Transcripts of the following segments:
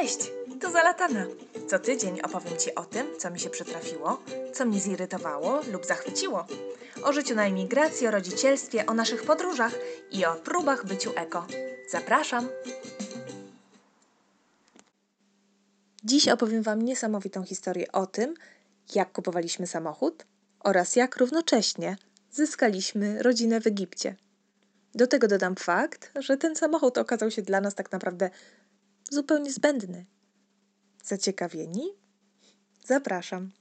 Cześć, tu Zalatana. Co tydzień opowiem Ci o tym, co mi się przytrafiło, co mnie zirytowało lub zachwyciło. O życiu na emigracji, o rodzicielstwie, o naszych podróżach i o próbach byciu eko. Zapraszam! Dziś opowiem Wam niesamowitą historię o tym, jak kupowaliśmy samochód oraz jak równocześnie zyskaliśmy rodzinę w Egipcie. Do tego dodam fakt, że ten samochód okazał się dla nas tak naprawdę zupełnie zbędny. Zaciekawieni? Zapraszam.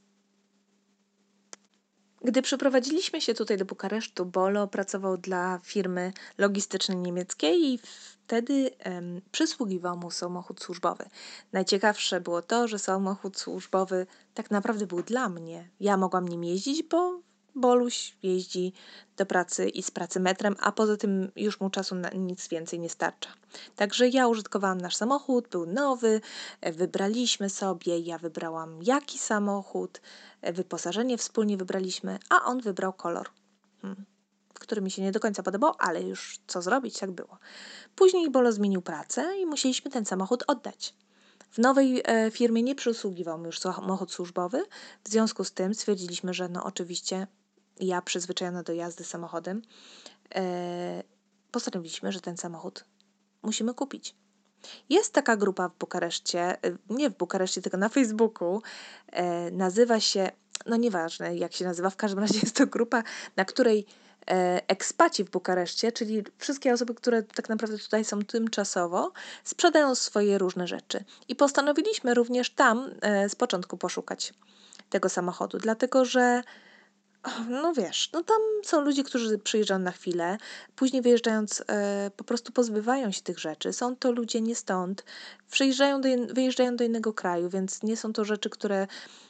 Gdy przeprowadziliśmy się tutaj do Bukaresztu, Bolo pracował dla firmy logistycznej niemieckiej i wtedy przysługiwał mu samochód służbowy. Najciekawsze było to, że samochód służbowy tak naprawdę był dla mnie. Ja mogłam nim jeździć, bo Boluś jeździ do pracy i z pracy metrem, a poza tym już mu czasu na nic więcej nie starcza. Także ja użytkowałam nasz samochód, był nowy, wybraliśmy sobie, ja wybrałam jaki samochód, wyposażenie wspólnie wybraliśmy, a on wybrał kolor, który mi się nie do końca podobał, ale już co zrobić, tak było. Później Bolo zmienił pracę i musieliśmy ten samochód oddać. W nowej firmie nie przysługiwał mi już samochód służbowy, w związku z tym stwierdziliśmy, że oczywiście ja przyzwyczajona do jazdy samochodem, postanowiliśmy, że ten samochód musimy kupić. Jest taka grupa w Bukareszcie, nie w Bukareszcie, tylko na Facebooku, nazywa się, nieważne jak się nazywa, w każdym razie jest to grupa, na której ekspaci w Bukareszcie, czyli wszystkie osoby, które tak naprawdę tutaj są tymczasowo, sprzedają swoje różne rzeczy. I postanowiliśmy również tam z początku poszukać tego samochodu, dlatego że tam są ludzie, którzy przyjeżdżają na chwilę, później wyjeżdżając po prostu pozbywają się tych rzeczy. Są to ludzie nie stąd, wyjeżdżają do innego kraju, więc nie są to rzeczy, które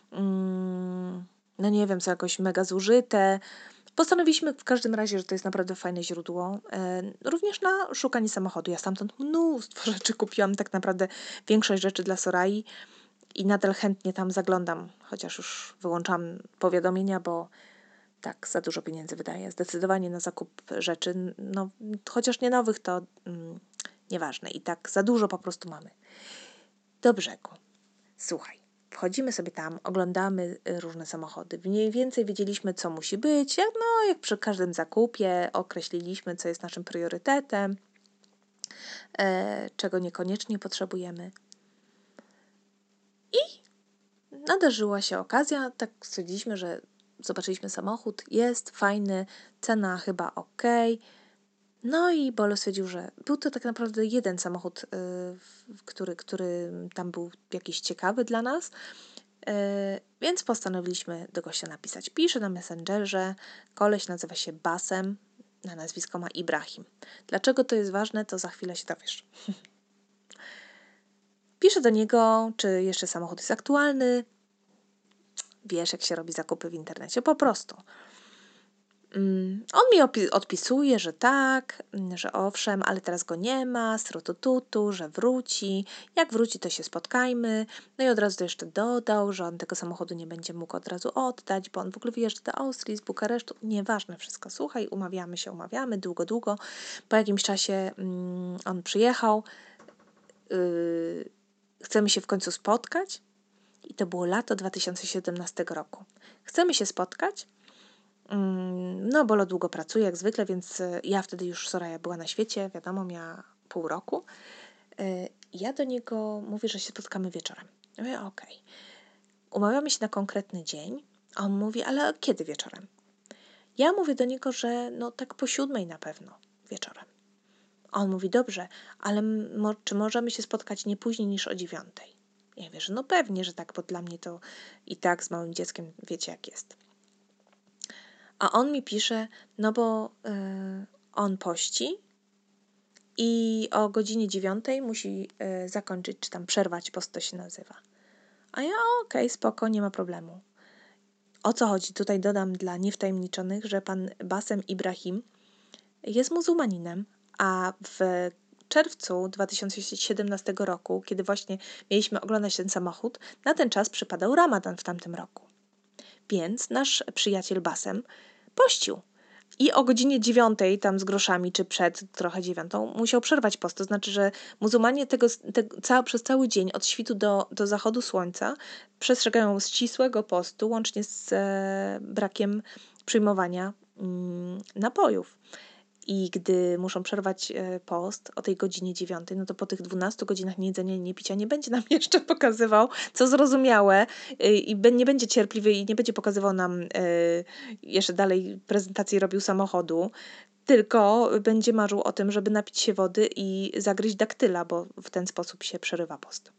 są jakoś mega zużyte. Postanowiliśmy w każdym razie, że to jest naprawdę fajne źródło, również na szukanie samochodu. Ja stamtąd mnóstwo rzeczy kupiłam, tak naprawdę większość rzeczy dla Sorai i nadal chętnie tam zaglądam, chociaż już wyłączam powiadomienia, bo tak, za dużo pieniędzy wydaję. Zdecydowanie na zakup rzeczy, chociaż nie nowych, to nieważne. I tak za dużo po prostu mamy. Do brzegu. Słuchaj, wchodzimy sobie tam, oglądamy różne samochody. Mniej więcej wiedzieliśmy, co musi być. Jak przy każdym zakupie określiliśmy, co jest naszym priorytetem, czego niekoniecznie potrzebujemy. I nadarzyła się okazja, tak stwierdziliśmy, że zobaczyliśmy samochód, jest fajny, cena chyba okej. I Bolo stwierdził, że był to tak naprawdę jeden samochód, który tam był jakiś ciekawy dla nas, więc postanowiliśmy do gościa napisać. Pisze na Messengerze, koleś nazywa się Basem, na nazwisko ma Ibrahim. Dlaczego to jest ważne, to za chwilę się dowiesz. Piszę do niego, czy jeszcze samochód jest aktualny. Wiesz, jak się robi zakupy w internecie, po prostu. On mi odpisuje, że tak, że owszem, ale teraz go nie ma, srutututu, że wróci. Jak wróci, to się spotkajmy. I od razu to jeszcze dodał, że on tego samochodu nie będzie mógł od razu oddać, bo on w ogóle wyjeżdża do Austrii, z Bukaresztu. Nieważne wszystko. Słuchaj, umawiamy, długo. Po jakimś czasie on przyjechał. Chcemy się w końcu spotkać. I to było lato 2017 roku. Chcemy się spotkać. Bolo długo pracuje, jak zwykle, więc ja wtedy już Soraya była na świecie, wiadomo, miała pół roku. Ja do niego mówię, że się spotkamy wieczorem. Ja mówię, okej. Umawiamy się na konkretny dzień, a on mówi, ale kiedy wieczorem? Ja mówię do niego, że tak po 7 na pewno wieczorem. A on mówi, dobrze, ale czy możemy się spotkać nie później niż o 9? Ja mówię, że pewnie, że tak, bo dla mnie to i tak z małym dzieckiem wiecie jak jest. A on mi pisze, bo on pości i o godzinie 9 musi zakończyć, czy tam przerwać post, to się nazywa. A ja okej, spoko, nie ma problemu. O co chodzi? Tutaj dodam dla niewtajemniczonych, że pan Basem Ibrahim jest muzułmaninem, a w czerwcu 2017 roku, kiedy właśnie mieliśmy oglądać ten samochód, na ten czas przypadał Ramadan w tamtym roku. Więc nasz przyjaciel Basem pościł. I o godzinie 9:00 tam z groszami, czy przed trochę 9:00 musiał przerwać post. To znaczy, że muzułmanie przez cały dzień od świtu do zachodu słońca przestrzegają ścisłego postu, łącznie z brakiem przyjmowania napojów. I gdy muszą przerwać post o tej godzinie 9:00, no to po tych 12 godzinach jedzenia i nie picia nie będzie nam jeszcze pokazywał, co zrozumiałe, i nie będzie cierpliwy i nie będzie pokazywał nam jeszcze dalej prezentacji robił samochodu, tylko będzie marzył o tym, żeby napić się wody i zagryźć daktyla, bo w ten sposób się przerywa post.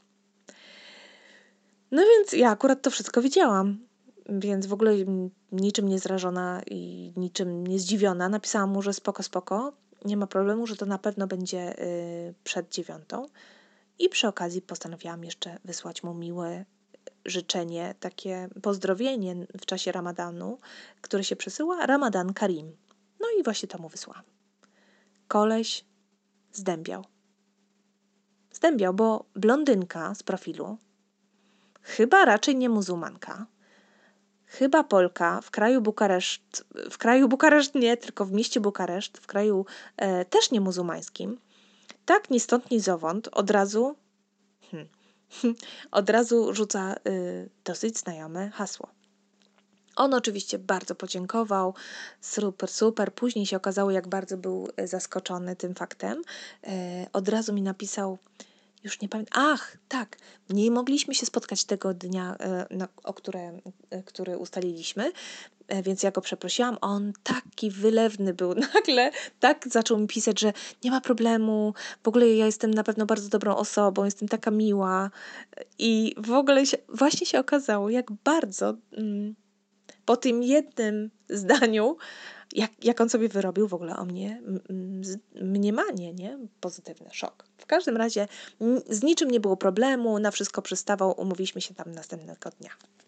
No więc ja akurat to wszystko widziałam. Więc w ogóle niczym nie zrażona i niczym nie zdziwiona napisałam mu, że spoko, nie ma problemu, że to na pewno będzie przed 9:00. I przy okazji postanowiłam jeszcze wysłać mu miłe życzenie, takie pozdrowienie w czasie Ramadanu, które się przesyła, Ramadan Karim. No i właśnie to mu wysłałam. Koleś zdębiał. Zdębiał, bo blondynka z profilu, chyba raczej nie muzułmanka, chyba Polka, w kraju Bukareszt nie, tylko w mieście Bukareszt, w kraju też nie muzułmańskim, tak ni stąd, ni zowąd, od razu rzuca dosyć znajome hasło. On oczywiście bardzo podziękował, super, później się okazało, jak bardzo był zaskoczony tym faktem. Od razu mi napisał, już nie pamiętam, tak, nie mogliśmy się spotkać tego dnia, który ustaliliśmy, więc ja go przeprosiłam. On taki wylewny był nagle, tak zaczął mi pisać, że nie ma problemu, w ogóle ja jestem na pewno bardzo dobrą osobą, jestem taka miła i w ogóle właśnie się okazało, jak bardzo po tym jednym zdaniu, jak on sobie wyrobił w ogóle o mnie mniemanie, nie? Pozytywny szok. W każdym razie z niczym nie było problemu, na wszystko przystawał, umówiliśmy się tam następnego dnia.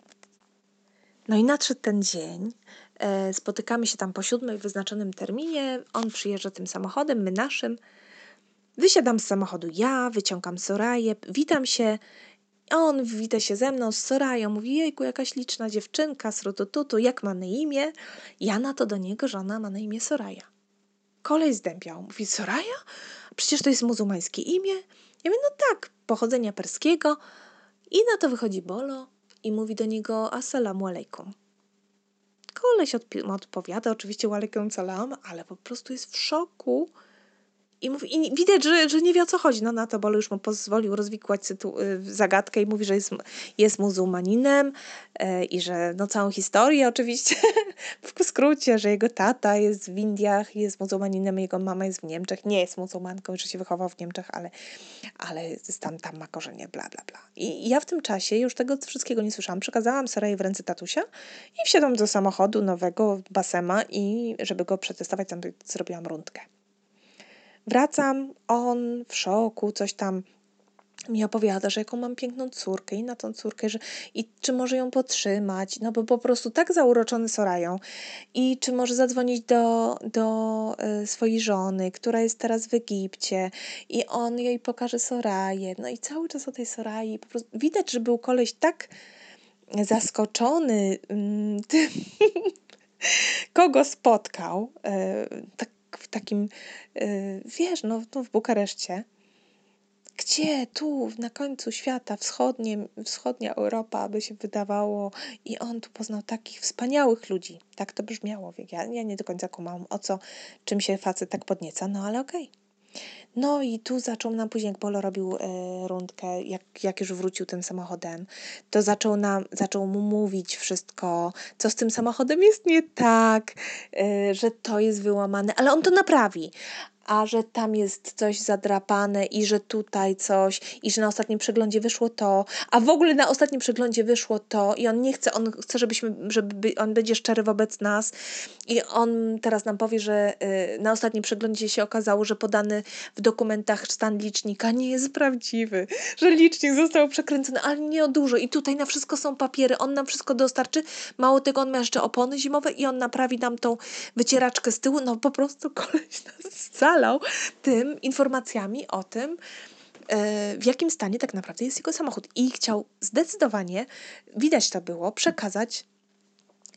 No i nadszedł ten dzień, spotykamy się tam po 7:00 w wyznaczonym terminie, on przyjeżdża tym samochodem, my naszym. Wysiadam z samochodu ja, wyciągam Soraję, witam się, on wita się ze mną, z Sorają, mówi, jejku, jakaś liczna dziewczynka, srutututu, jak ma na imię? Ja na to do niego, że ona ma na imię Soraja. Koleś zdębiał, mówi, Soraja? Przecież to jest muzułmańskie imię. Ja mówię, no tak, pochodzenia perskiego. I na to wychodzi Bolo i mówi do niego, assalamu alaikum. Koleś odpowiada, oczywiście wa alaikum salam, ale po prostu jest w szoku. I mówi, i widać, że nie wie, o co chodzi. No na to Bolo już mu pozwolił rozwikłać zagadkę i mówi, że jest muzułmaninem i że no całą historię oczywiście w skrócie, że jego tata jest w Indiach, jest muzułmaninem, jego mama jest w Niemczech, nie jest muzułmanką, że się wychował w Niemczech, ale tam ma korzenie, bla, bla, bla. I ja w tym czasie już tego wszystkiego nie słyszałam. Przekazałam Soraję w ręce tatusia i wsiadłam do samochodu nowego, Basema, i żeby go przetestować, tam zrobiłam rundkę. Wracam, on w szoku, coś tam mi opowiada, że jaką mam piękną córkę i na tą córkę, i czy może ją potrzymać, no bo po prostu tak zauroczony Sorają, i czy może zadzwonić do swojej żony, która jest teraz w Egipcie, i on jej pokaże Soraję, no i cały czas o tej Sorai, po prostu widać, że był koleś tak zaskoczony tym, kogo spotkał, w takim, wiesz, no w Bukareszcie, gdzie tu na końcu świata, wschodnia Europa, by się wydawało, i on tu poznał takich wspaniałych ludzi. Tak to brzmiało. Ja nie do końca kumałam, czym się facet tak podnieca, no ale okej. No i tu zaczął nam później, jak Bolo robił rundkę, jak już wrócił tym samochodem, to zaczął mu mówić wszystko, co z tym samochodem jest nie tak, że to jest wyłamane, ale on to naprawi. A że tam jest coś zadrapane i że tutaj coś, i że na ostatnim przeglądzie wyszło to, a w ogóle na ostatnim przeglądzie wyszło to i on chce, żeby on będzie szczery wobec nas i on teraz nam powie, że na ostatnim przeglądzie się okazało, że podany w dokumentach stan licznika nie jest prawdziwy, że licznik został przekręcony, ale nie o dużo i tutaj na wszystko są papiery, on nam wszystko dostarczy, mało tego, on ma jeszcze opony zimowe i on naprawi nam tą wycieraczkę z tyłu, no po prostu koleś nas zalał tym informacjami o tym, w jakim stanie tak naprawdę jest jego samochód i chciał zdecydowanie, widać to było, przekazać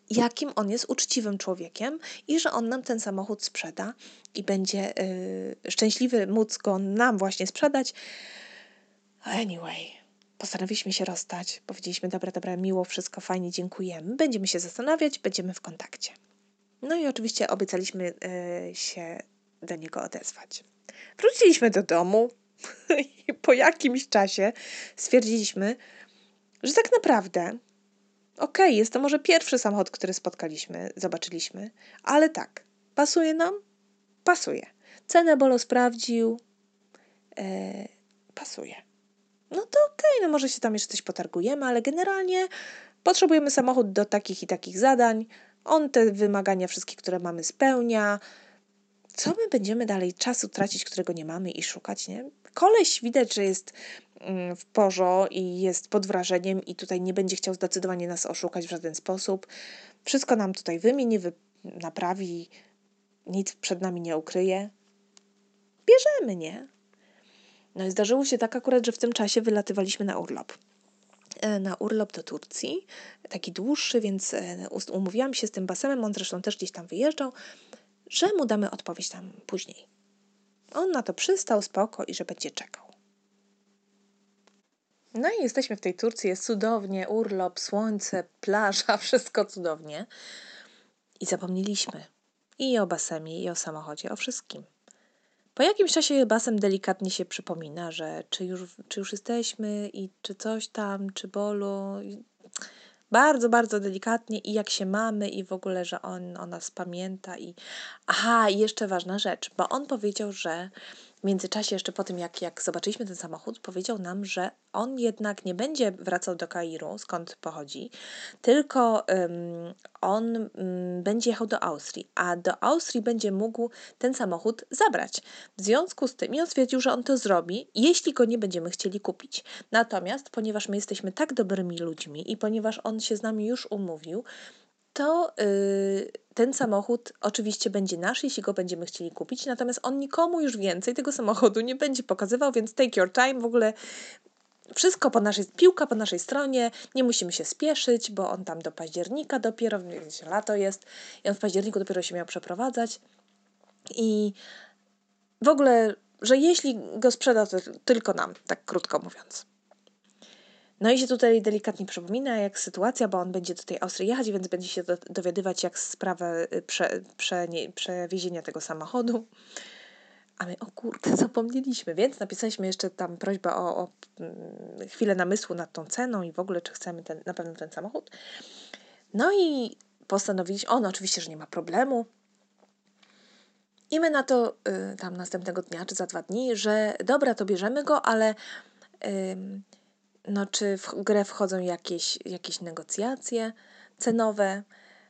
jakim on jest uczciwym człowiekiem i że on nam ten samochód sprzeda i będzie szczęśliwy móc go nam właśnie sprzedać. Anyway, postanowiliśmy się rozstać. Powiedzieliśmy, dobra, miło, wszystko fajnie, dziękujemy. Będziemy się zastanawiać, będziemy w kontakcie. No i oczywiście obiecaliśmy się do niego odezwać. Wróciliśmy do domu i po jakimś czasie stwierdziliśmy, że tak naprawdę jest to może pierwszy samochód, który zobaczyliśmy, ale tak, pasuje nam? Pasuje. Cenę Bolo sprawdził, pasuje. No to no może się tam jeszcze coś potargujemy, ale generalnie potrzebujemy samochód do takich i takich zadań. On te wymagania wszystkie, które mamy, spełnia. Co my będziemy dalej czasu tracić, którego nie mamy i szukać, nie? Koleś widać, że jest w porzo i jest pod wrażeniem i tutaj nie będzie chciał zdecydowanie nas oszukać w żaden sposób. Wszystko nam tutaj wymieni, naprawi, nic przed nami nie ukryje. Bierzemy, nie? No i zdarzyło się tak akurat, że w tym czasie wylatywaliśmy na urlop. Na urlop do Turcji, taki dłuższy, więc umówiłam się z tym Basemem, on zresztą też gdzieś tam wyjeżdżał, że mu damy odpowiedź tam później. On na to przystał, spoko i że będzie czekał. No i jesteśmy w tej Turcji, jest cudownie, urlop, słońce, plaża, wszystko cudownie. I zapomnieliśmy i o Basemie, i o samochodzie, o wszystkim. Po jakimś czasie Basem delikatnie się przypomina, że czy już jesteśmy i czy coś tam, czy Bolu. Bardzo, bardzo delikatnie i jak się mamy i w ogóle, że on o nas pamięta i jeszcze ważna rzecz, bo on powiedział, że w międzyczasie jeszcze po tym, jak zobaczyliśmy ten samochód, powiedział nam, że on jednak nie będzie wracał do Kairu, skąd pochodzi, tylko on będzie jechał do Austrii, a do Austrii będzie mógł ten samochód zabrać. W związku z tym on stwierdził, że on to zrobi, jeśli go nie będziemy chcieli kupić. Natomiast, ponieważ my jesteśmy tak dobrymi ludźmi i ponieważ on się z nami już umówił, to ten samochód oczywiście będzie nasz, jeśli go będziemy chcieli kupić, natomiast on nikomu już więcej tego samochodu nie będzie pokazywał, więc take your time, w ogóle wszystko piłka po naszej stronie, nie musimy się spieszyć, bo on tam do października dopiero, lato jest, i on w październiku dopiero się miał przeprowadzać i w ogóle, że jeśli go sprzeda, to tylko nam, tak krótko mówiąc. No i się tutaj delikatnie przypomina, jak sytuacja, bo on będzie do tej Austrii jechać, więc będzie się dowiadywać, jak sprawę przewiezienia tego samochodu. A my, zapomnieliśmy, więc napisaliśmy jeszcze tam prośbę o chwilę namysłu nad tą ceną i w ogóle, czy chcemy na pewno ten samochód. No i postanowiliśmy, on oczywiście, że nie ma problemu. I my na to tam następnego dnia, czy za 2 dni, że dobra, to bierzemy go, ale czy w grę wchodzą jakieś negocjacje cenowe.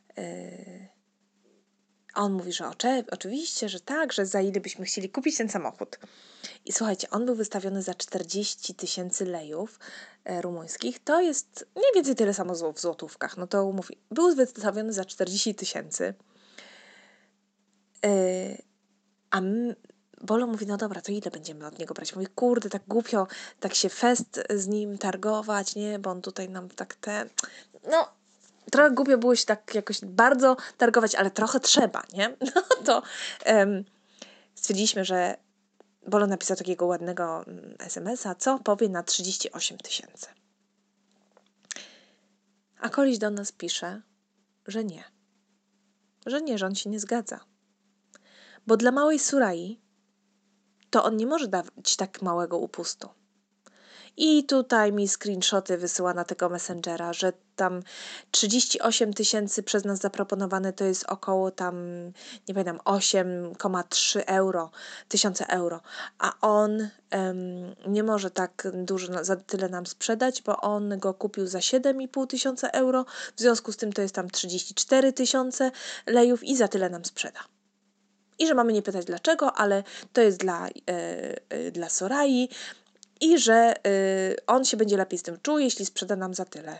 A on mówi, że oczywiście, że tak, że za ile byśmy chcieli kupić ten samochód. I słuchajcie, on był wystawiony za 40 000 lejów rumuńskich. To jest mniej więcej tyle samo w złotówkach. No to mówi, był wystawiony za 40 000. A Bolo mówi, no dobra, to ile będziemy od niego brać? Mówi, kurde, tak głupio, tak się fest z nim targować, nie? Bo on tutaj nam tak trochę głupio było się tak jakoś bardzo targować, ale trochę trzeba, nie? No to stwierdziliśmy, że Bolo napisał takiego ładnego SMS-a, co powie na 38 000. A koleś do nas pisze, że nie. Że on się nie zgadza. Bo dla małej Surai to on nie może dać tak małego upustu. I tutaj mi screenshoty wysyła na tego Messengera, że tam 38 000 przez nas zaproponowane to jest około tam, nie pamiętam, 8,3 tysiące euro. A on nie może tak dużo za tyle nam sprzedać, bo on go kupił za 7,5 tysiąca euro. W związku z tym to jest tam 34 000 lejów i za tyle nam sprzeda. I że mamy nie pytać dlaczego, ale to jest dla Sorai i że on się będzie lepiej z tym czuł, jeśli sprzeda nam za tyle.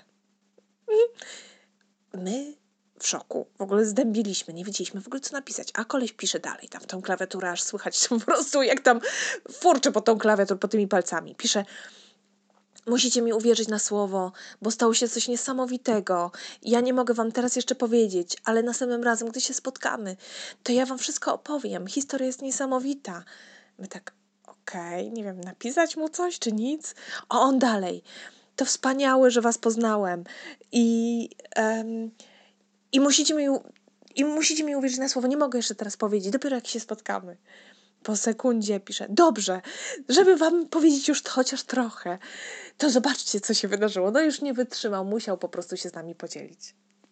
My w szoku, w ogóle zdębiliśmy, nie wiedzieliśmy w ogóle co napisać, a koleś pisze dalej, tam w tą klawiaturę aż słychać po prostu jak tam furczy po tą klawiaturę, po tymi palcami. Pisze, Musicie mi uwierzyć na słowo, bo stało się coś niesamowitego. Ja nie mogę wam teraz jeszcze powiedzieć, ale następnym razem, gdy się spotkamy, to ja wam wszystko opowiem. Historia jest niesamowita. My tak, okej, nie wiem, napisać mu coś czy nic? A on dalej. To wspaniałe, że was poznałem. I, em, i, musicie mi, I musicie mi uwierzyć na słowo. Nie mogę jeszcze teraz powiedzieć, dopiero jak się spotkamy. Po sekundzie pisze, dobrze, żeby wam powiedzieć już chociaż trochę, to zobaczcie, co się wydarzyło. No już nie wytrzymał, musiał po prostu się z nami podzielić.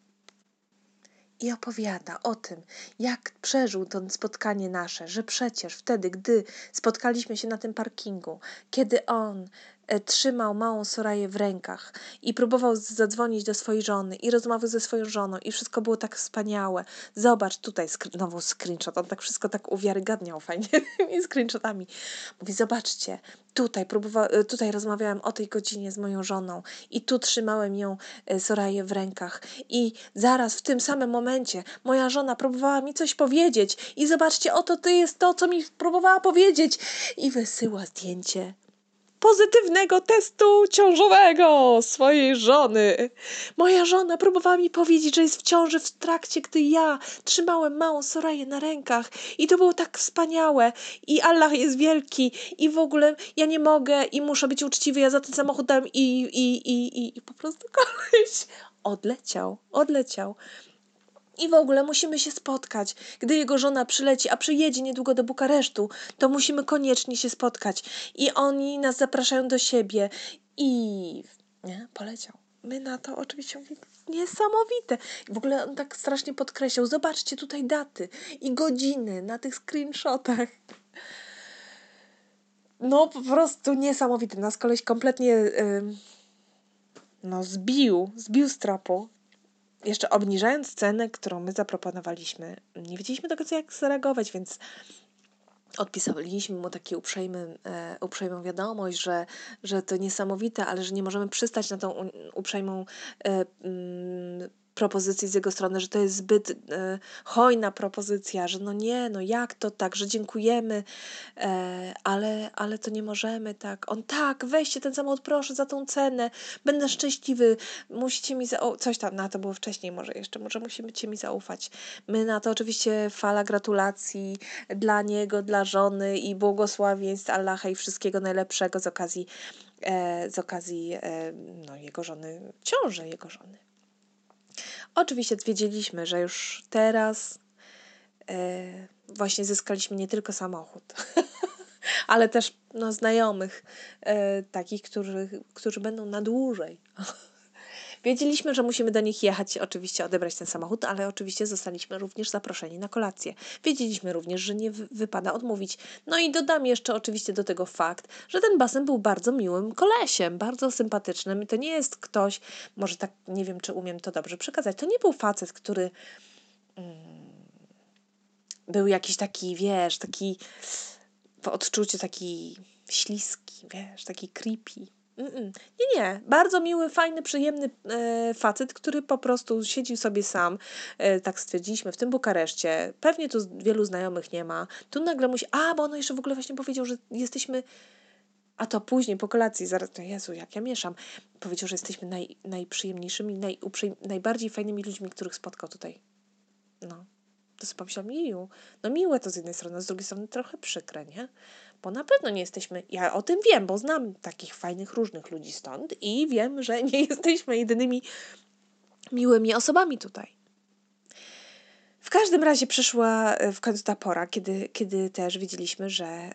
I opowiada o tym, jak przeżył to spotkanie nasze, że przecież wtedy, gdy spotkaliśmy się na tym parkingu, kiedy on trzymał małą Soraję w rękach i próbował zadzwonić do swojej żony i rozmawiał ze swoją żoną i wszystko było tak wspaniałe. Zobacz, tutaj znowu screenshot, on tak wszystko tak uwiarygadniał fajnie tymi screenshotami. Mówi, zobaczcie, tutaj rozmawiałem o tej godzinie z moją żoną i tu trzymałem ją, Soraję, w rękach i zaraz w tym samym momencie moja żona próbowała mi coś powiedzieć i zobaczcie, oto to jest to, co mi próbowała powiedzieć i wysyła zdjęcie pozytywnego testu ciążowego swojej żony. Moja żona próbowała mi powiedzieć, że jest w ciąży w trakcie, gdy ja trzymałem małą Soraję na rękach i to było tak wspaniałe i Allah jest wielki i w ogóle ja nie mogę i muszę być uczciwy, ja za ten samochód dałem i po prostu koleś odleciał. I w ogóle musimy się spotkać. Gdy jego żona przyleci, a przyjedzie niedługo do Bukaresztu, to musimy koniecznie się spotkać. I oni nas zapraszają do siebie. I poleciał. My na to oczywiście mówimy, niesamowite. I w ogóle on tak strasznie podkreślał. Zobaczcie tutaj daty i godziny na tych screenshotach. No po prostu niesamowite. Nas koleś kompletnie zbił z tropu. Jeszcze obniżając cenę, którą my zaproponowaliśmy. Nie wiedzieliśmy do końca, jak zareagować, więc odpisaliśmy mu takie uprzejmą wiadomość, że to niesamowite, ale że nie możemy przystać na tą uprzejmą propozycji z jego strony, że to jest zbyt hojna propozycja, że jak to tak, że dziękujemy, ale to nie możemy tak. On tak, weźcie ten samochód proszę za tą cenę, będę szczęśliwy, musicie mi coś tam, to było wcześniej może musicie mi zaufać. My na to oczywiście fala gratulacji dla niego, dla żony i błogosławieństw Allaha i wszystkiego najlepszego z okazji jego żony, ciąży jego żony. Oczywiście wiedzieliśmy, że już teraz właśnie zyskaliśmy nie tylko samochód, ale też znajomych, takich, którzy będą na dłużej. Wiedzieliśmy, że musimy do nich jechać, oczywiście odebrać ten samochód, ale oczywiście zostaliśmy również zaproszeni na kolację. Wiedzieliśmy również, że nie wypada odmówić. No i dodam jeszcze oczywiście do tego fakt, że ten basen był bardzo miłym kolesiem, bardzo sympatycznym. I to nie jest ktoś, może tak, nie wiem, czy umiem to dobrze przekazać, to nie był facet, który był jakiś taki, taki w odczuciu taki śliski, taki creepy. Nie. Bardzo miły, fajny, przyjemny facet, który po prostu siedził sobie sam, tak stwierdziliśmy, w tym Bukareszcie. Pewnie tu wielu znajomych nie ma. Tu nagle bo on jeszcze w ogóle właśnie powiedział, że jesteśmy, a to później po kolacji, zaraz, to Jezu, jak ja mieszam. Powiedział, że jesteśmy najprzyjemniejszymi, najbardziej fajnymi ludźmi, których spotkał tutaj. To sobie pomyślałam, miłe to z jednej strony, a z drugiej strony trochę przykre, nie? Bo na pewno nie jesteśmy, ja o tym wiem, bo znam takich fajnych, różnych ludzi stąd i wiem, że nie jesteśmy jedynymi miłymi osobami tutaj. W każdym razie przyszła w końcu ta pora, kiedy też widzieliśmy,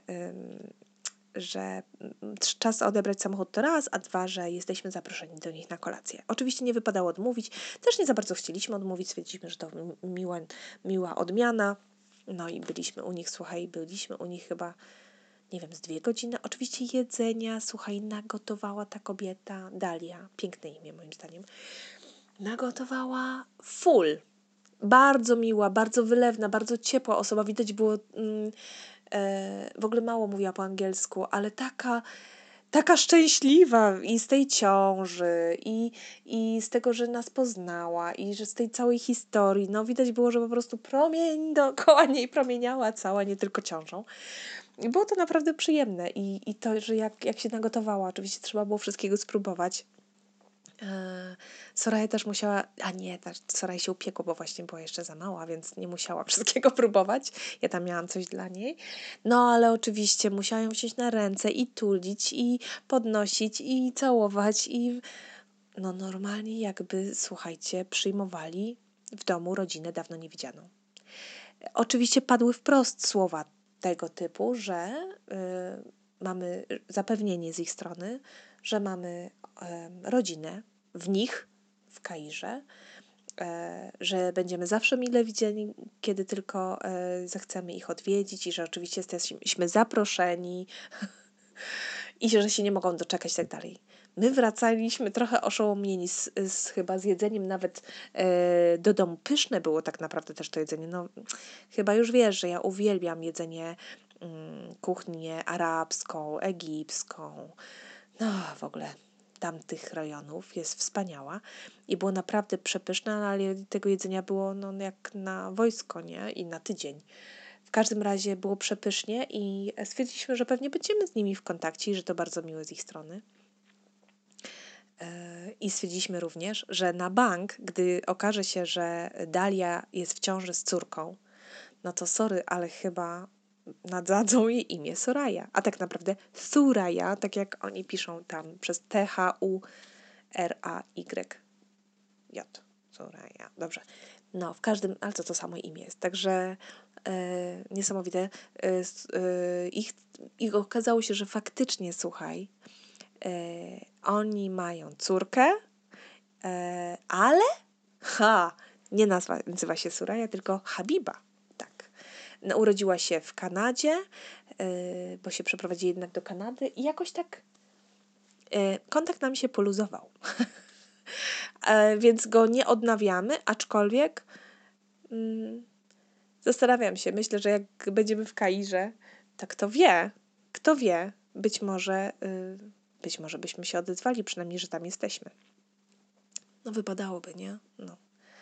że czas odebrać samochód to raz, a dwa, że jesteśmy zaproszeni do nich na kolację. Oczywiście nie wypadało odmówić, też nie za bardzo chcieliśmy odmówić, stwierdziliśmy, że to miła odmiana. No i byliśmy u nich chyba, nie wiem, z 2 godziny. Oczywiście jedzenia, nagotowała ta kobieta, Dalia, piękne imię moim zdaniem, nagotowała full. Bardzo miła, bardzo wylewna, bardzo ciepła osoba. Widać było, w ogóle mało mówiła po angielsku, ale taka szczęśliwa i z tej ciąży, i z tego, że nas poznała, i że z tej całej historii. Widać było, że po prostu promień dookoła niej promieniała cała, nie tylko ciążą. I było to naprawdę przyjemne i to, że jak się nagotowała, oczywiście trzeba było wszystkiego spróbować. Soraya też musiała, Soraya się upiekła, bo właśnie była jeszcze za mała, więc nie musiała wszystkiego próbować. Ja tam miałam coś dla niej. No ale oczywiście musiała ją wziąć na ręce i tulić, i podnosić, i całować, i no normalnie jakby, słuchajcie, przyjmowali w domu rodzinę dawno niewidzianą. Oczywiście padły wprost słowa tego typu, że mamy zapewnienie z ich strony, że mamy rodzinę w Kairze, że będziemy zawsze mile widziani, kiedy tylko zechcemy ich odwiedzić i że oczywiście jesteśmy zaproszeni i że się nie mogą doczekać i tak dalej. My wracaliśmy trochę oszołomieni chyba z jedzeniem, nawet do domu. Pyszne było tak naprawdę też to jedzenie. No, chyba już wiesz, że ja uwielbiam jedzenie, kuchnię arabską, egipską, no w ogóle tamtych rejonów jest wspaniała i było naprawdę przepyszne, ale tego jedzenia było no, jak na wojsko, nie? I na tydzień. W każdym razie było przepysznie i stwierdziliśmy, że pewnie będziemy z nimi w kontakcie i że to bardzo miłe z ich strony. I stwierdziliśmy również, że na bank, gdy okaże się, że Dalia jest w ciąży z córką, no to sorry, ale chyba nadzadzą jej imię Soraya. A tak naprawdę Suraya, tak jak oni piszą tam przez Thuray. Soraya. Dobrze. No, w każdym, ale to samo imię jest. Także niesamowite. I okazało się, że faktycznie, słuchaj, oni mają córkę, ale nie nazywa się Suraya, tylko Habiba. Tak. No, urodziła się w Kanadzie, bo się przeprowadzili jednak do Kanady i jakoś tak kontakt nam się poluzował. Więc go nie odnawiamy, aczkolwiek zastanawiam się, myślę, że jak będziemy w Kairze, to kto wie, być może byśmy się odezwali, przynajmniej, że tam jesteśmy. No wypadałoby, nie? No.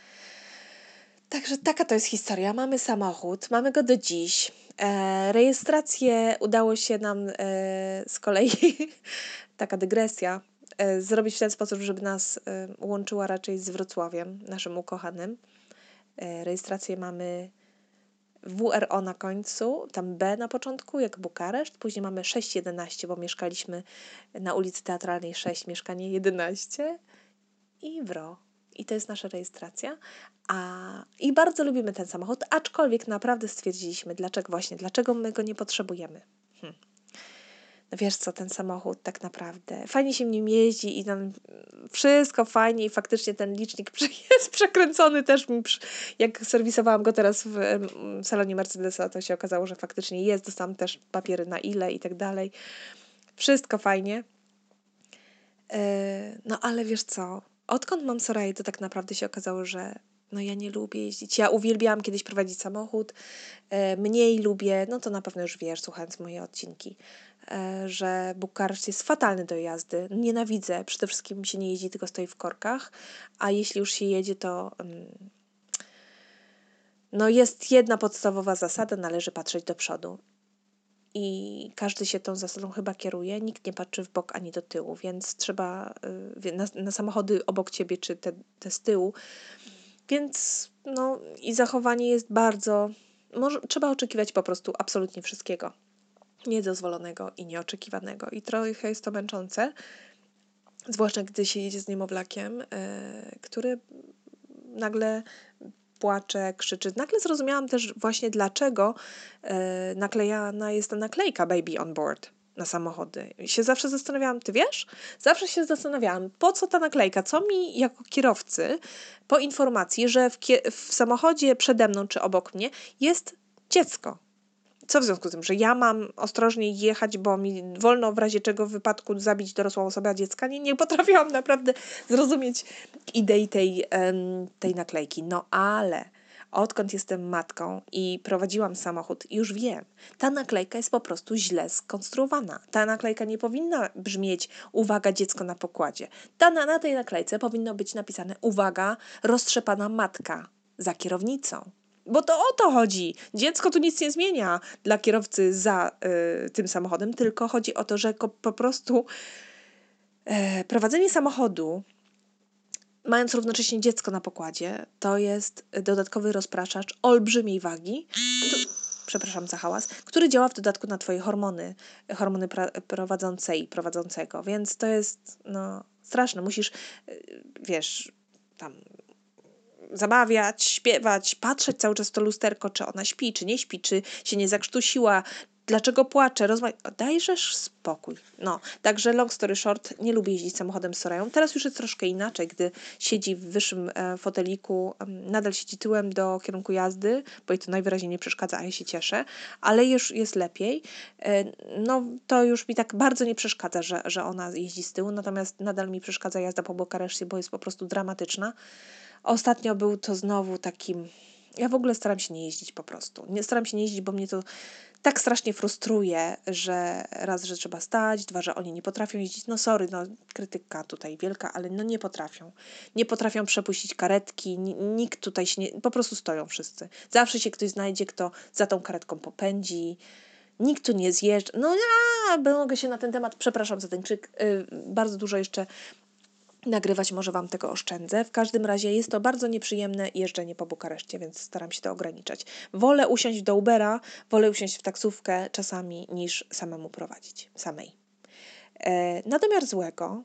Także taka to jest historia. Mamy samochód, mamy go do dziś. Rejestrację udało się nam z kolei, taka dygresja, zrobić w ten sposób, żeby nas łączyła raczej z Wrocławiem, naszym ukochanym. Rejestrację mamy WRO na końcu, tam B na początku, jak Bukareszt, później mamy 611, bo mieszkaliśmy na ulicy Teatralnej 6, mieszkanie 11 i WRO. I to jest nasza rejestracja. I bardzo lubimy ten samochód, aczkolwiek naprawdę stwierdziliśmy, dlaczego my go nie potrzebujemy. No wiesz co, ten samochód tak naprawdę, fajnie się nim jeździ i tam wszystko fajnie i faktycznie ten licznik jest przekręcony też. Jak serwisowałam go teraz w salonie Mercedesa, to się okazało, że faktycznie jest, dostałam też papiery na ile i tak dalej. Wszystko fajnie. No ale wiesz co, odkąd mam Soraję, to tak naprawdę się okazało, że no ja nie lubię jeździć. Ja uwielbiałam kiedyś prowadzić samochód, mniej lubię, no to na pewno już wiesz, słuchając moje odcinki, że Bukareszt jest fatalny do jazdy. Nienawidzę, przede wszystkim się nie jeździ, tylko stoi w korkach, a jeśli już się jedzie, to no jest jedna podstawowa zasada, należy patrzeć do przodu. I każdy się tą zasadą chyba kieruje, nikt nie patrzy w bok ani do tyłu, więc trzeba na samochody obok ciebie czy te z tyłu, więc no i zachowanie jest bardzo, trzeba oczekiwać po prostu absolutnie wszystkiego niedozwolonego i nieoczekiwanego i trochę jest to męczące, zwłaszcza gdy się jedzie z niemowlakiem, który nagle płacze, krzyczy. Nagle zrozumiałam też właśnie, dlaczego naklejana jest ta naklejka Baby on Board na samochody. I się zawsze zastanawiałam, ty wiesz? Zawsze się zastanawiałam, po co ta naklejka? Co mi jako kierowcy po informacji, że w samochodzie przede mną czy obok mnie jest dziecko. Co w związku z tym, że ja mam ostrożnie jechać, bo mi wolno w razie czego w wypadku zabić dorosłą osobę, a dziecka nie potrafiłam naprawdę zrozumieć idei tej naklejki. No ale odkąd jestem matką i prowadziłam samochód, już wiem, ta naklejka jest po prostu źle skonstruowana. Ta naklejka nie powinna brzmieć uwaga, dziecko na pokładzie. Na tej naklejce powinno być napisane uwaga, roztrzepana matka za kierownicą. Bo to o to chodzi. Dziecko tu nic nie zmienia dla kierowcy za tym samochodem, tylko chodzi o to, że po prostu prowadzenie samochodu, mając równocześnie dziecko na pokładzie, to jest dodatkowy rozpraszacz olbrzymiej wagi, przepraszam za hałas, który działa w dodatku na twoje hormony prowadzące i prowadzącego, więc to jest straszne. Musisz, tam zabawiać, śpiewać, patrzeć cały czas w to lusterko, czy ona śpi, czy nie śpi, czy się nie zakrztusiła, dlaczego płacze, dajżesz spokój. Także long story short, nie lubię jeździć samochodem z Sorają. Teraz już jest troszkę inaczej, gdy siedzi w wyższym foteliku, nadal siedzi tyłem do kierunku jazdy, bo jej to najwyraźniej nie przeszkadza, a ja się cieszę, ale już jest lepiej. To już mi tak bardzo nie przeszkadza, że ona jeździ z tyłu, natomiast nadal mi przeszkadza jazda po Bukareszcie, bo jest po prostu dramatyczna. Ostatnio był to znowu takim... Ja w ogóle staram się nie jeździć po prostu. Nie staram się nie jeździć, bo mnie to tak strasznie frustruje, że raz, że trzeba stać, dwa, że oni nie potrafią jeździć. Krytyka tutaj wielka, ale nie potrafią. Nie potrafią przepuścić karetki, nikt tutaj się nie... Po prostu stoją wszyscy. Zawsze się ktoś znajdzie, kto za tą karetką popędzi. Nikt tu nie zjeżdża. Mogę się na ten temat, przepraszam za ten krzyk, bardzo dużo jeszcze nagrywać, może wam tego oszczędzę. W każdym razie jest to bardzo nieprzyjemne jeżdżenie po Bukareszcie, więc staram się to ograniczać. Wolę usiąść do Ubera, wolę usiąść w taksówkę czasami, niż samemu prowadzić. Samej. Natomiar złego...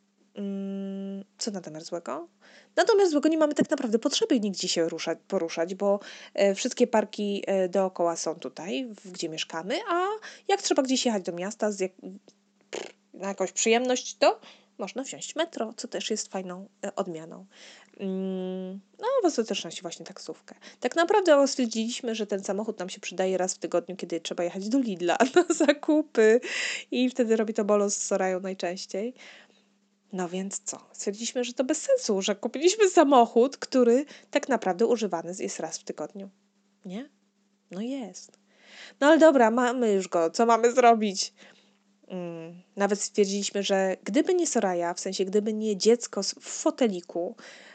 Co natomiar złego? Natomiast złego nie mamy tak naprawdę potrzeby nigdzie się poruszać, bo wszystkie parki dookoła są tutaj, gdzie mieszkamy, a jak trzeba gdzieś jechać do miasta na jakąś przyjemność, to można wziąć metro, co też jest fajną odmianą. W ostateczności właśnie taksówkę. Tak naprawdę stwierdziliśmy, że ten samochód nam się przydaje raz w tygodniu, kiedy trzeba jechać do Lidla na zakupy i wtedy robi to Bolo z Sorają najczęściej. Więc co? Stwierdziliśmy, że to bez sensu, że kupiliśmy samochód, który tak naprawdę używany jest raz w tygodniu. Nie? Jest. Ale dobra, mamy już go. Co mamy zrobić? Nawet stwierdziliśmy, że gdyby nie Soraya, w sensie gdyby nie dziecko w foteliku,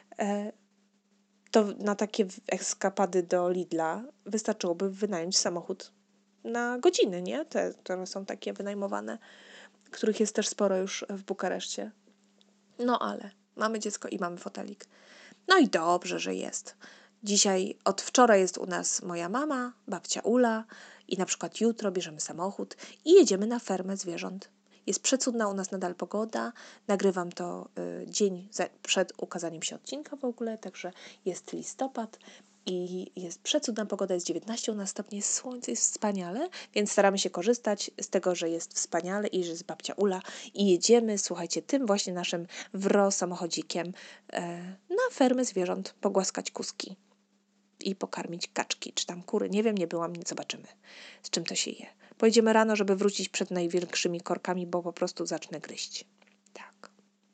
to na takie eskapady do Lidla wystarczyłoby wynająć samochód na godziny, nie? Te, które są takie wynajmowane, których jest też sporo już w Bukareszcie. Ale mamy dziecko i mamy fotelik. I dobrze, że jest. Dzisiaj, od wczoraj jest u nas moja mama, babcia Ula i na przykład jutro bierzemy samochód i jedziemy na fermę zwierząt. Jest przecudna u nas nadal pogoda. Nagrywam to dzień przed ukazaniem się odcinka w ogóle, także jest listopad i jest przecudna pogoda, jest 19 u nas stopni, jest słońce, jest wspaniale, więc staramy się korzystać z tego, że jest wspaniale i że jest babcia Ula i jedziemy, słuchajcie, tym właśnie naszym samochodzikiem na fermę zwierząt, pogłaskać kuski i pokarmić kaczki, czy tam kury. Nie wiem, nie byłam, nie zobaczymy, z czym to się je. Pojedziemy rano, żeby wrócić przed największymi korkami, bo po prostu zacznę gryźć. Tak.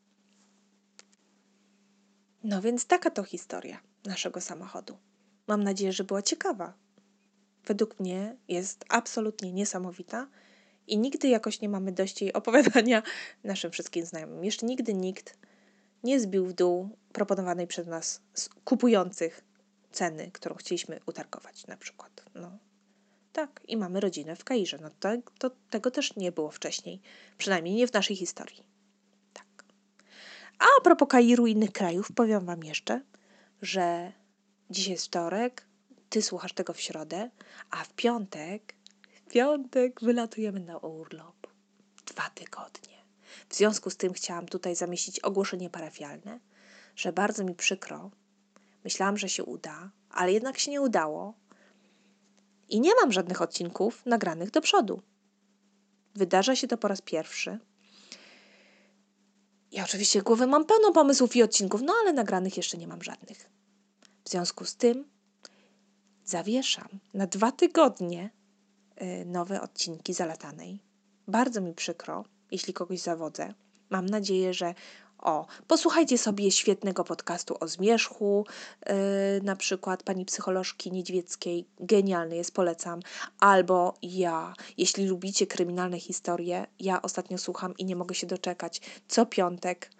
Więc taka to historia naszego samochodu. Mam nadzieję, że była ciekawa. Według mnie jest absolutnie niesamowita i nigdy jakoś nie mamy dość jej opowiadania naszym wszystkim znajomym. Jeszcze nigdy nikt nie zbił w dół proponowanej przez nas kupujących ceny, którą chcieliśmy utargować na przykład. Tak, i mamy rodzinę w Kairze. Tego też nie było wcześniej. Przynajmniej nie w naszej historii. Tak. A propos Kairu i innych krajów, powiem wam jeszcze, że dzisiaj jest wtorek, ty słuchasz tego w środę, a w piątek wylatujemy na urlop. 2 tygodnie. W związku z tym chciałam tutaj zamieścić ogłoszenie parafialne, że bardzo mi przykro. Myślałam, że się uda, ale jednak się nie udało. I nie mam żadnych odcinków nagranych do przodu. Wydarza się to po raz pierwszy. Ja oczywiście głowy mam pełno pomysłów i odcinków, ale nagranych jeszcze nie mam żadnych. W związku z tym zawieszam na 2 tygodnie nowe odcinki Zalatanej. Bardzo mi przykro, jeśli kogoś zawodzę. Mam nadzieję, że posłuchajcie sobie świetnego podcastu o zmierzchu, na przykład pani psycholożki Niedźwieckiej, genialny jest, polecam, albo jeśli lubicie kryminalne historie, ja ostatnio słucham i nie mogę się doczekać, co piątek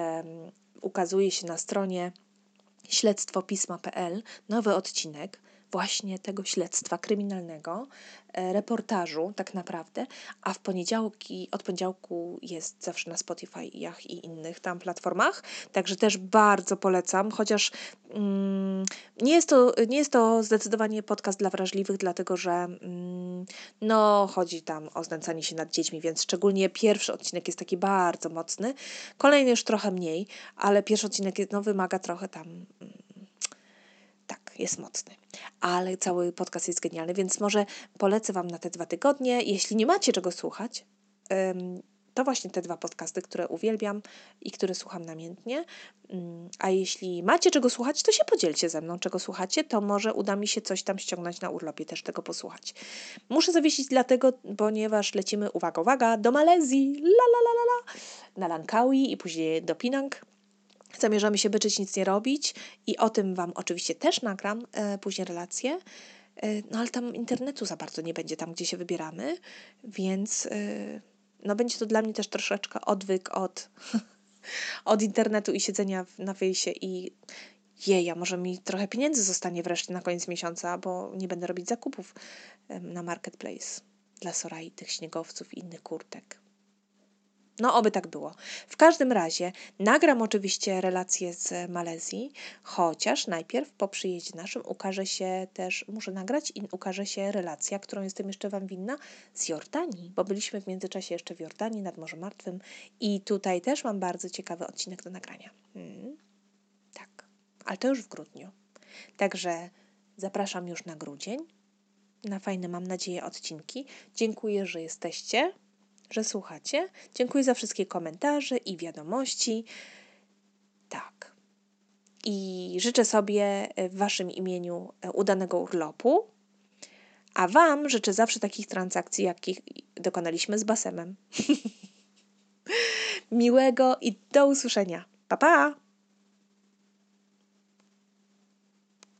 ukazuje się na stronie śledztwopisma.pl nowy odcinek, właśnie tego śledztwa kryminalnego, reportażu tak naprawdę, a od poniedziałku jest zawsze na Spotify'ach i innych tam platformach, także też bardzo polecam, chociaż nie jest to zdecydowanie podcast dla wrażliwych, dlatego że chodzi tam o znęcanie się nad dziećmi, więc szczególnie pierwszy odcinek jest taki bardzo mocny, kolejny już trochę mniej, ale pierwszy odcinek wymaga trochę tam jest mocny, ale cały podcast jest genialny, więc może polecę Wam na te 2 tygodnie. Jeśli nie macie czego słuchać, to właśnie te 2 podcasty, które uwielbiam i które słucham namiętnie. A jeśli macie czego słuchać, to się podzielcie ze mną, czego słuchacie, to może uda mi się coś tam ściągnąć na urlopie, też tego posłuchać. Muszę zawiesić dlatego, ponieważ lecimy, uwaga, do Malezji, na Langkawi i później do Penang. Zamierzamy się byczyć, nic nie robić i o tym Wam oczywiście też nagram później relacje, ale tam internetu za bardzo nie będzie tam, gdzie się wybieramy, więc będzie to dla mnie też troszeczkę odwyk od internetu i siedzenia na wyjście i a może mi trochę pieniędzy zostanie wreszcie na koniec miesiąca, bo nie będę robić zakupów na Marketplace dla Sorai, tych śniegowców i innych kurtek. Oby tak było. W każdym razie nagram oczywiście relacje z Malezji, chociaż najpierw po przyjeździe naszym muszę nagrać i ukaże się relacja, którą jestem jeszcze Wam winna, z Jordanii, bo byliśmy w międzyczasie jeszcze w Jordanii nad Morzem Martwym i tutaj też mam bardzo ciekawy odcinek do nagrania. Tak, ale to już w grudniu. Także zapraszam już na grudzień, na fajne, mam nadzieję, odcinki. Dziękuję, że jesteście, że słuchacie. Dziękuję za wszystkie komentarze i wiadomości. Tak. I życzę sobie w Waszym imieniu udanego urlopu, a Wam życzę zawsze takich transakcji, jakich dokonaliśmy z Basemem. Miłego i do usłyszenia. Pa, pa!